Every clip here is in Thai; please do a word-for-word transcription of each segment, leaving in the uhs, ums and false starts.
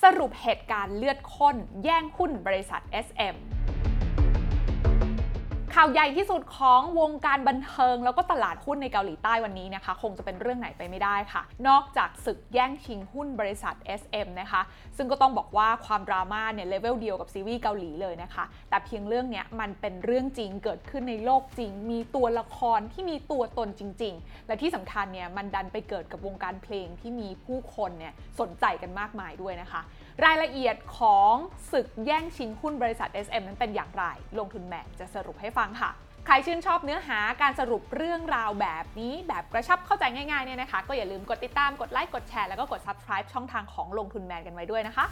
สรุปเหตุการณ์เลือดข้นแย่งหุ้นบริษัท เอส เอ็ม ข่าวใหญ่ที่สุดของวงการบันเทิงแล้วก็ตลาดหุ้นในเกาหลีใต้วันนี้นะคะคงจะเป็นเรื่องไหนไปไม่ได้ค่ะนอกจากศึกแย่งชิงหุ้นบริษัท เอส เอ็ม นะคะซึ่งก็ต้องบอกว่าความดราม่าเนี่ยเลเวลเดียวกับซีรีส์เกาหลีเลยนะคะแต่เพียงเรื่องนี้มันเป็นเรื่องจริงเกิดขึ้นในโลกจริงมีตัวละครที่มีตัวตนจริงๆและที่สำคัญเนี่ยมันดันไปเกิดกับวงการเพลงที่มีผู้คนเนี่ยสนใจกันมากมายด้วยนะคะรายละเอียดของศึกแย่งชิงหุ้นบริษัท เอส เอ็ม นั้นเป็นอย่างไรลงทุนแมนจะสรุปให้ฟังค่ะใครชื่นชอบเนื้อหาการสรุปเรื่องราวแบบนี้แบบกระชับเข้าใจง่ายๆเนี่ยนะคะก็อย่าลืมกดติดตามกดไลค์กดแชร์แล้วก็กด Subscribe ช่องทางของลงทุนแมนกันไว้ด้วยนะคะ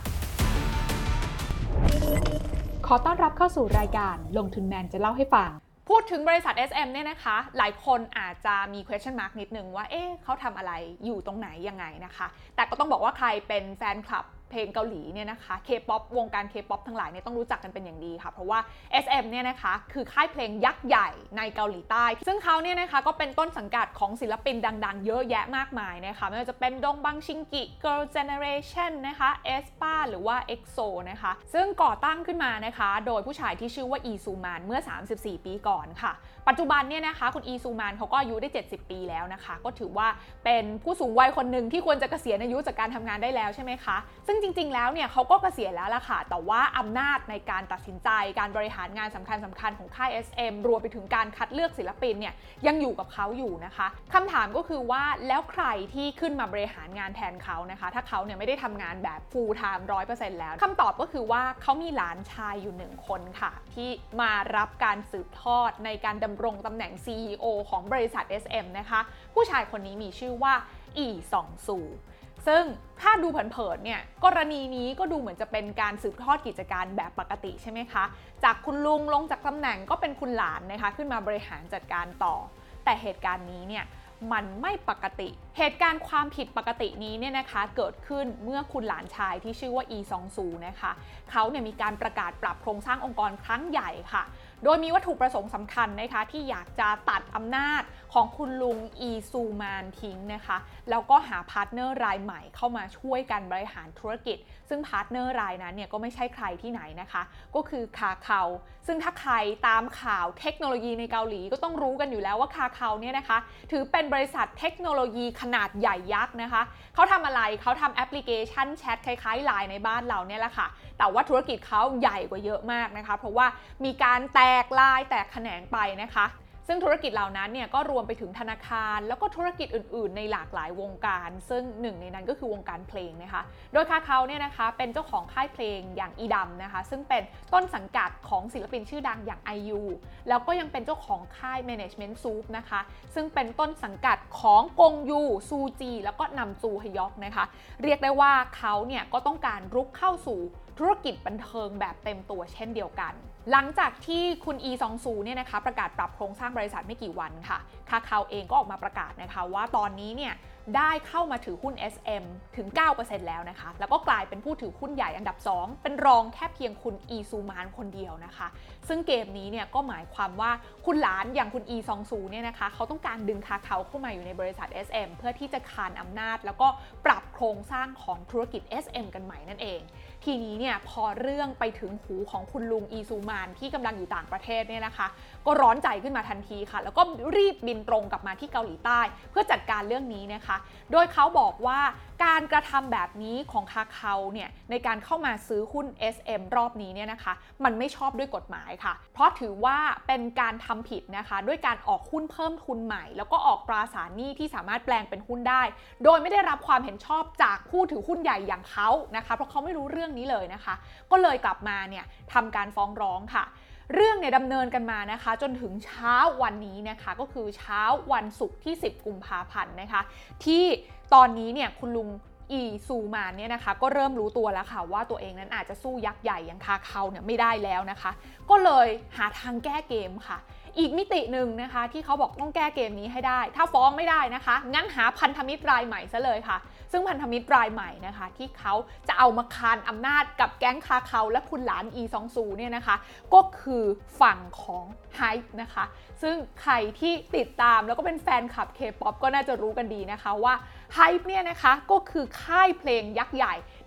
ขอต้อนรับเข้าสู่รายการลงทุนแมนจะเล่าให้ฟังพูดถึงบริษัท เอส เอ็ม เนี่ยนะคะหลายคนอาจจะมี question mark นิดนึงว่าเอ๊ะเขาทำอะไรอยู่ตรงไหนยังไงนะคะแต่ก็ต้องบอกว่าใครเป็นแฟนคลับเพลงเกาหลีเนี่ยนะคะ K-pop วงการ K-pop ทั้งหลายเนี่ยต้องรู้จักกันเป็นอย่างดีค่ะเพราะว่า เอส เอ็ม เนี่ยนะคะคือค่ายเพลงยักษ์ใหญ่ในเกาหลีใต้ซึ่งเขาเนี่ยนะคะก็เป็นต้นสังกัดของศิลปินดังๆเยอะแยะมากมายนะคะไม่ว่าจะเป็นดงบังชิงกิ Girl Generation นะคะ เอส พี เอ หรือว่า เอ็กโซ นะคะซึ่งก่อตั้งขึ้นมานะคะโดยผู้ชายที่ชื่อว่าอีซูมานเมื่อสามสิบสี่ปีก่อนค่ะปัจจุบันเนี่ยนะคะคุณอีซูมานเขาก็อายุได้เจ็ดสิบปีแล้วนะคะก็ถือว่าเป็นผู้สูงวัยคนหนึ่งที่ควรจะเกษียณอายุจากการทำงานได้แล้วใช่ไหมคะซึ่งจริงๆแล้วเนี่ยเขาก็เกษียณแล้วล่ะค่ะแต่ว่าอำนาจในการตัดสินใจการบริหารงานสำคัญสำคัญของค่าย เอส เอ็ม รวมไปถึงการคัดเลือกศิลปินเนี่ยยังอยู่กับเขาอยู่นะคะคำถามก็คือว่าแล้วใครที่ขึ้นมาบริหารงานแทนเขานะคะถ้าเขาเนี่ยไม่ได้ทำงานแบบ full time ร้อยเปอร์เซ็นต์ แล้วคำตอบก็คือว่าเขามีหลานชายอยู่หนึ่งคนค่ะที่มารับการสืบทอดในการดำรงตำแหน่ง ซี อี โอ ของบริษัท เอส เอ็ม นะคะผู้ชายคนนี้มีชื่อว่าอีซองซูซึ่งถ้าดูเผินๆเนี่ยกรณีนี้ก็ดูเหมือนจะเป็นการสืบทอดกิจการแบบปกติใช่ไหมคะจากคุณลุงลงจากตำแหน่งก็เป็นคุณหลานนะคะขึ้นมาบริหารจัดการต่อแต่เหตุการณ์นี้เนี่ยมันไม่ปกติเหตุการณ์ความผิดปกตินี้เนี่ยนะคะเกิดขึ้นเมื่อคุณหลานชายที่ชื่อว่าอีซองซูนะคะเขาเนี่ยมีการประกาศปรับโครงสร้างองค์กรครั้งใหญ่ค่ะโดยมีวัตถุประสงค์สำคัญนะคะที่อยากจะตัดอำนาจของคุณลุงอีซูมานทิ้งนะคะแล้วก็หาพาร์ทเนอร์รายใหม่เข้ามาช่วยกันบริหารธุรกิจซึ่งพาร์ทเนอร์รายนั้นเนี่ยก็ไม่ใช่ใครที่ไหนนะคะก็คือคาเคาซึ่งถ้าใครตามข่าวเทคโนโลยีในเกาหลีก็ต้องรู้กันอยู่แล้วว่าคาเคาเนี่ยนะคะถือเป็นบริษัทเทคโนโลยีขนาดใหญ่ยักษ์นะคะเขาทำอะไรเขาทำแอปพลิเคชันแชทคล้ายๆไลน์ในบ้านเราเนี่ยแหละค่ะแต่ว่าธุรกิจเขาใหญ่กว่าเยอะมากนะคะเพราะว่ามีการแตกลายแตกแขนงไปนะคะซึ่งธุรกิจเหล่านั้นเนี่ยก็รวมไปถึงธนาคารแล้วก็ธุรกิจอื่นๆในหลากหลายวงการซึ่งหนึ่งในนั้นก็คือวงการเพลงนะคะโดยคาเขาเนี่ยนะคะเป็นเจ้าของค่ายเพลงอย่างอีดัมนะคะซึ่งเป็นต้นสังกัดของศิลปินชื่อดังอย่าง ไอ ยู แล้วก็ยังเป็นเจ้าของค่าย Management Soup นะคะซึ่งเป็นต้นสังกัดของกงยูซูจีแล้วก็นำจูฮยอกนะคะเรียกได้ว่าเขาเนี่ยก็ต้องการรุกเข้าสู่ธุรกิจบันเทิงแบบเต็มตัวเช่นเดียวกันหลังจากที่คุณอีซองซูเนี่ยนะคะประกาศปรับโครงสร้างบริษัทไม่กี่วันค่ะคาเคาเองก็ออกมาประกาศนะคะว่าตอนนี้เนี่ยได้เข้ามาถือหุ้น เอส เอ็ม ถึง เก้าเปอร์เซ็นต์ แล้วนะคะแล้วก็กลายเป็นผู้ถือหุ้นใหญ่อันดับสองเป็นรองแค่เพียงคุณอีซูมานคนเดียวนะคะซึ่งเกมนี้เนี่ยก็หมายความว่าคุณหลานอย่างคุณอีซองซูเนี่ยนะคะเขาต้องการดึงคาเคาเข้ามาอยู่ในบริษัท เอส เอ็ม เพื่อที่จะคานอำนาจแล้วก็ปรับโครงสร้างของธุรกิจ เอส เอ็ม กันใหม่นั่นเองทีนี้เนี่ยพอเรื่องไปถึงหูของคุณลุงอีซูมานที่กำลังอยู่ต่างประเทศเนี่ยนะคะก็ร้อนใจขึ้นมาทันทีค่ะแล้วก็รีบบินตรงกลับมาที่เกาหลีใต้เพื่อจัดการเรื่องนี้นะคะโดยเขาบอกว่าการกระทำแบบนี้ของคาเคาเนี่ยในการเข้ามาซื้อหุ้น เอส เอ็ม รอบนี้เนี่ยนะคะมันไม่ชอบด้วยกฎหมายค่ะเพราะถือว่าเป็นการทำผิดนะคะด้วยการออกหุ้นเพิ่มทุนใหม่แล้วก็ออกตราสารหนี้ที่สามารถแปลงเป็นหุ้นได้โดยไม่ได้รับความเห็นชอบจากผู้ถือหุ้นใหญ่อย่างเขานะคะเพราะเขาไม่รู้เรื่องนี้เลยนะคะก็เลยกลับมาเนี่ยทำการฟ้องร้องค่ะเรื่องเนี่ยดำเนินกันมานะคะจนถึงเช้าวันนี้นะคะก็คือเช้าวันศุกร์ที่สิบกุมภาพันธ์นะคะที่ตอนนี้เนี่ยคุณลุงอีซูมานเนี่ยนะคะก็เริ่มรู้ตัวแล้วค่ะว่าตัวเองนั้นอาจจะสู้ยักษ์ใหญ่อย่างคาเคาเนี่ยไม่ได้แล้วนะคะก็เลยหาทางแก้เกมค่ะอีกมิติหนึ่งนะคะที่เขาบอกต้องแก้เกมนี้ให้ได้ถ้าฟ้องไม่ได้นะคะงั้นหาพันธมิตรรายใหม่ซะเลยค่ะซึ่งพันธมิตรรายใหม่นะคะที่เขาจะเอามาคานอำนาจกับแก๊งคาเคาและคุณหลานอีซองซูเนี่ยนะคะก็คือฝั่งของไฮป์นะคะซึ่งใครที่ติดตามแล้วก็เป็นแฟนคลับ K-pop ก็น่าจะรู้กันดีนะคะว่าไฮป์เนี่ยนะคะก็คือค่ายเพลงยักษ์ใหญ่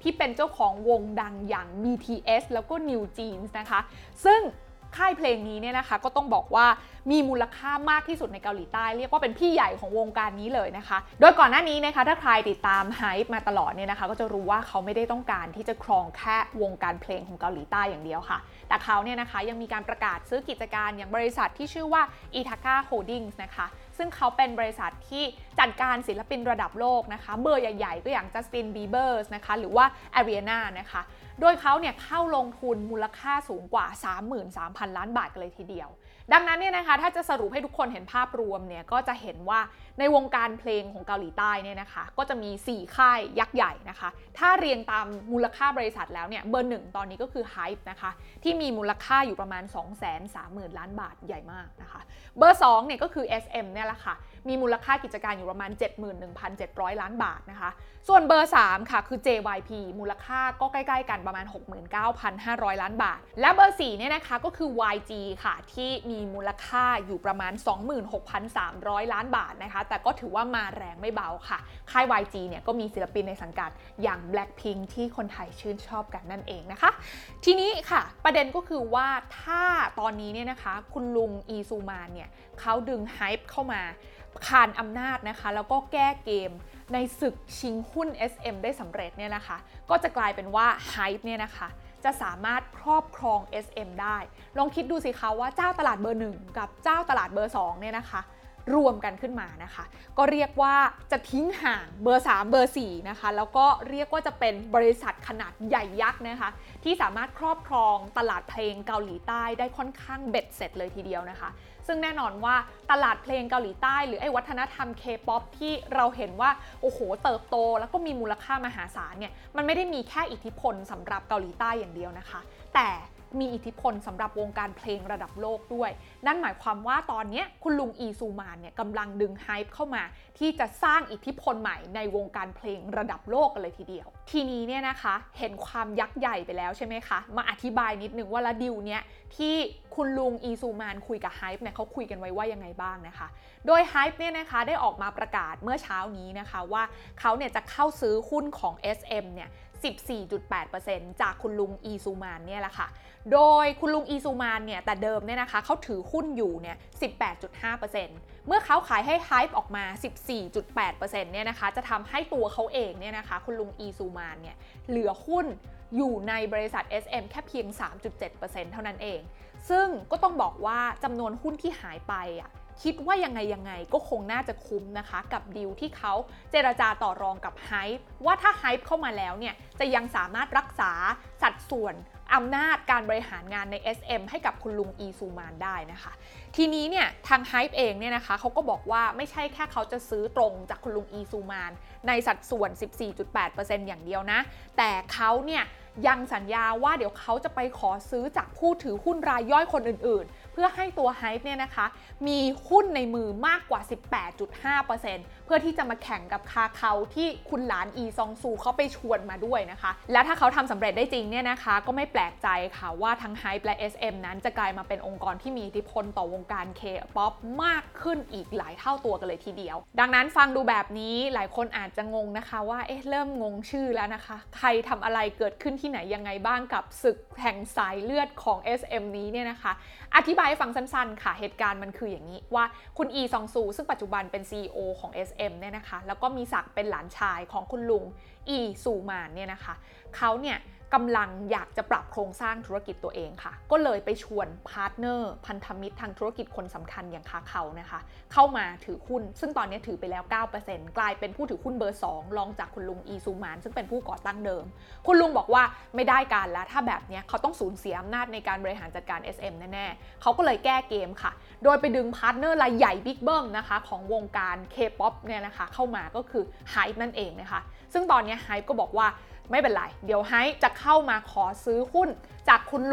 ที่เป็นเจ้าของวงดังอย่าง บี ที เอส แล้วก็ New Jeans นะคะซึ่งค่ายเพลงนี้เนี่ยนะคะก็ต้องบอกว่ามีมูลค่ามากที่สุดในเกาหลีใต้เรียกว่าเป็นพี่ใหญ่ของวงการนี้เลยนะคะโดยก่อนหน้านี้นะคะถ้าใครติดตาม Hype มาตลอดเนี่ยนะคะก็จะรู้ว่าเขาไม่ได้ต้องการที่จะครองแค่วงการเพลงของเกาหลีใต้อย่างเดียวค่ะแต่เขาเนี่ยนะคะยังมีการประกาศซื้อกิจการอย่างบริษัทที่ชื่อว่า Ithaca Holdings นะคะซึ่งเขาเป็นบริษัทที่จัดการศิลปินระดับโลกนะคะเบอร์ใหญ่ๆก็อย่าง Justin Bieber นะคะหรือว่า Ariana นะคะโดยเขาเนี่ยเข้าลงทุนมูลค่าสูงกว่า สามหมื่นสามพัน ล้านบาทกันเลยทีเดียวดังนั้นเนี่ยนะคะถ้าจะสรุปให้ทุกคนเห็นภาพรวมเนี่ยก็จะเห็นว่าในวงการเพลงของเกาหลีใต้เนี่ยนะคะก็จะมีสี่ค่ายยักษ์ใหญ่นะคะถ้าเรียงตามมูลค่าบริษัทแล้วเนี่ยเบอร์หนึ่งตอนนี้ก็คือ Hype นะคะที่มีมูลค่าอยู่ประมาณ สองแสนสามหมื่น ล้านบาทใหญ่มากนะคะเบอร์สองเนี่ยก็คือ เอส เอ็ม เนี่ยแหละค่ะมีมูลค่ากิจการอยู่ประมาณ เจ็ดหมื่นหนึ่งพันเจ็ดร้อย ล้านบาทนะคะส่วนเบอร์สามค่ะคือ เจ วาย พี มูลค่าก็ใกล้ๆกันประมาณ หกหมื่นเก้าพันห้าร้อย ล้านบาทและเบอร์สี่เนี่ยนะคะก็คือ วาย จี ค่ะที่มีมูลค่าอยู่ประมาณ สองหมื่นหกพันสามร้อย ล้านบาทนะคะแต่ก็ถือว่ามาแรงไม่เบาค่ะค่าย วาย จี เนี่ยก็มีศิลปินในสังกัดอย่าง Blackpink ที่คนไทยชื่นชอบกันนั่นเองนะคะทีนี้ค่ะประเด็นก็คือว่าถ้าตอนนี้เนี่ยนะคะคุณลุงอีซูมานเนี่ยเขาดึง Hype เข้ามาคานอำนาจนะคะแล้วก็แก้เกมในศึกชิงหุ้น เอส เอ็ม ได้สำเร็จเนี่ยนะคะก็จะกลายเป็นว่า Hype เนี่ยนะคะจะสามารถครอบครอง เอส เอ็ม ได้ลองคิดดูสิคะว่าเจ้าตลาดเบอร์หนึ่งกับเจ้าตลาดเบอร์สองเนี่ยนะคะรวมกันขึ้นมานะคะก็เรียกว่าจะทิ้งห่างเบอร์สามเบอร์สี่นะคะแล้วก็เรียกว่าจะเป็นบริษัทขนาดใหญ่ยักษ์นะคะที่สามารถครอบครองตลาดเพลงเกาหลีใต้ได้ค่อนข้างเบ็ดเสร็จเลยทีเดียวนะคะซึ่งแน่นอนว่าตลาดเพลงเกาหลีใต้หรือไอ้วัฒนธรรม K-pop ที่เราเห็นว่าโอ้โหเติบโตแล้วก็มีมูลค่ามหาศาลเนี่ยมันไม่ได้มีแค่อิทธิพลสำหรับเกาหลีใต้อย่างเดียวนะคะแต่มีอิทธิพลสำหรับวงการเพลงระดับโลกด้วยนั่นหมายความว่าตอนนี้คุณลุงอีซูมานเนี่ยกำลังดึงไฮป์เข้ามาที่จะสร้างอิทธิพลใหม่ในวงการเพลงระดับโลกกันเลยทีเดียวทีนี้เนี่ยนะคะเห็นความยักษ์ใหญ่ไปแล้วใช่ไหมคะมาอธิบายนิดนึงว่าละดิวเนี้ยที่คุณลุงอีซูมานคุยกับไฮป์เนี่ยเขาคุยกันไว้ว่ายังไงบ้างนะคะโดยไฮป์เนี่ยนะคะได้ออกมาประกาศเมื่อเช้านี้นะคะว่าเขาเนี่ยจะเข้าซื้อหุ้นของ เอส เอ็ม เนี่ย สิบสี่จุดแปดเปอร์เซ็นต์ จากคุณลุงอีซูมานเนี่ยแหละค่ะโดยคุณลุงอีซูมานเนี่ยแต่เดิมเนี่ยนะคะเขาถือหุ้นอยู่เนี่ย สิบแปดจุดห้าเปอร์เซ็นต์ เมื่อเขาขายให้ไฮป์ออกมา สิบสี่จุดแปดเปอร์เซ็นต์ เนี่ยนะคะจะทำให้ตัวเขาเองเนี่ยนะคะคุณลุงอีซูมานเนี่ยเหลือหุ้นอยู่ในบริษัท เอส เอ็ม แค่เพียง สามจุดเจ็ดเปอร์เซ็นต์ เท่านั้นเองซึ่งก็ต้องบอกว่าจำนวนหุ้นที่หายไปอ่ะคิดว่ายังไงยังไงก็คงน่าจะคุ้มนะคะกับดีลที่เขาเจรจาต่อรองกับไฮป์ว่าถ้าไฮป์เข้ามาแล้วเนี่ยจะยังสามารถรักษาสัดส่วนอำนาจการบริหารงานใน เอส เอ็ม ให้กับคุณลุงอีซูมานได้นะคะทีนี้เนี่ยทางไฮป์เองเนี่ยนะคะเขาก็บอกว่าไม่ใช่แค่เขาจะซื้อตรงจากคุณลุงอีซูมานในสัดส่วน สิบสี่จุดแปดเปอร์เซ็นต์ อย่างเดียวนะแต่เขาเนี่ยยังสัญญาว่าเดี๋ยวเขาจะไปขอซื้อจากผู้ถือหุ้นรายย่อยคนอื่นๆเพื่อให้ตัวไฮป์เนี่ยนะคะมีหุ้นในมือมากกว่า สิบแปดจุดห้าเปอร์เซ็นต์ เพื่อที่จะมาแข่งกับคาเขาที่คุณหลานอีซองซูเขาไปชวนมาด้วยนะคะและถ้าเขาทำสำเร็จได้จริงเนี่ยนะคะก็ไม่แปลกใจค่ะว่าทั้งไฮป์และ เอส เอ็ม นั้นจะกลายมาเป็นองค์กรที่มีอิทธิพลต่อวงการ K-pop มากขึ้นอีกหลายเท่าตัวกันเลยทีเดียวดังนั้นฟังดูแบบนี้หลายคนอาจจะงงนะคะว่าเอ๊ะเริ่มงงชื่อแล้วนะคะใครทำอะไรเกิดขึ้นที่ไหนยังไงบ้างกับศึกแห่งสายเลือดของ เอส เอ็ม นี้เนี่ยนะคะอธิบายให้ฟังสั้นๆค่ะเหตุการณ์มันคืออย่างนี้ว่าคุณอีซองซูซึ่งปัจจุบันเป็น ซี อี โอ ของ เอส เอ็ม เนี่ยนะคะแล้วก็มีศักดิ์เป็นหลานชายของคุณลุงอีซูมานเนี่ยนะคะเขาเนี่ยกำลังอยากจะปรับโครงสร้างธุรกิจตัวเองค่ะก็เลยไปชวนพาร์ทเนอร์พันธมิตรทางธุรกิจคนสำคัญอย่างคาเขานะคะเข้ามาถือหุ้นซึ่งตอนนี้ถือไปแล้ว เก้าเปอร์เซ็นต์ กลายเป็นผู้ถือหุ้นเบอร์สองรองจากคุณลุงอีซูมานซึ่งเป็นผู้ก่อตั้งเดิมคุณลุงบอกว่าไม่ได้การแล้วถ้าแบบนี้เขาต้องสูญเสียอำนาจในการบริหารจัดการ เอส เอ็ม แน่ๆเขาก็เลยแก้เกมค่ะโดยไปดึงพาร์ทเนอร์รายใหญ่บิ๊กเบิ้มนะคะของวงการ K-pop เนี่ยนะคะเข้ามาก็คือ Hype นั่นเองนะคะซึ่งตอนนี้ Hype ก็บอกว่าไม่เป็นไรเดี๋ยวไฮป์จะเข้ามาขอซื้อหุ้นจากคุณลุง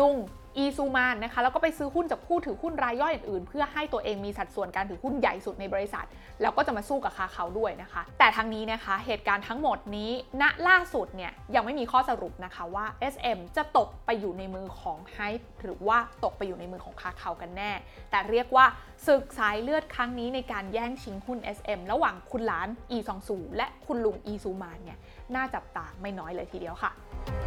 อีซูมานนะคะแล้วก็ไปซื้อหุ้นจากผู้ถือหุ้นรายย่อยอื่นๆเพื่อให้ตัวเองมีสัดส่วนการถือหุ้นใหญ่สุดในบริษัทแล้วก็จะมาสู้กับคาเขาด้วยนะคะแต่ทั้งนี้นะคะเหตุการณ์ทั้งหมดนี้ณล่าสุดเนี่ยยังไม่มีข้อสรุปนะคะว่า เอส เอ็ม จะตกไปอยู่ในมือของ Hype หรือว่าตกไปอยู่ในมือของคาเขากันแน่แต่เรียกว่าศึกสายเลือดครั้งนี้ในการแย่งชิงหุ้น เอส เอ็ม ระหว่างคุณหลานอีซองซูและคุณลุงอีซูมานเนี่ยน่าจับตาไม่น้อยเลยทีเดียวค่ะ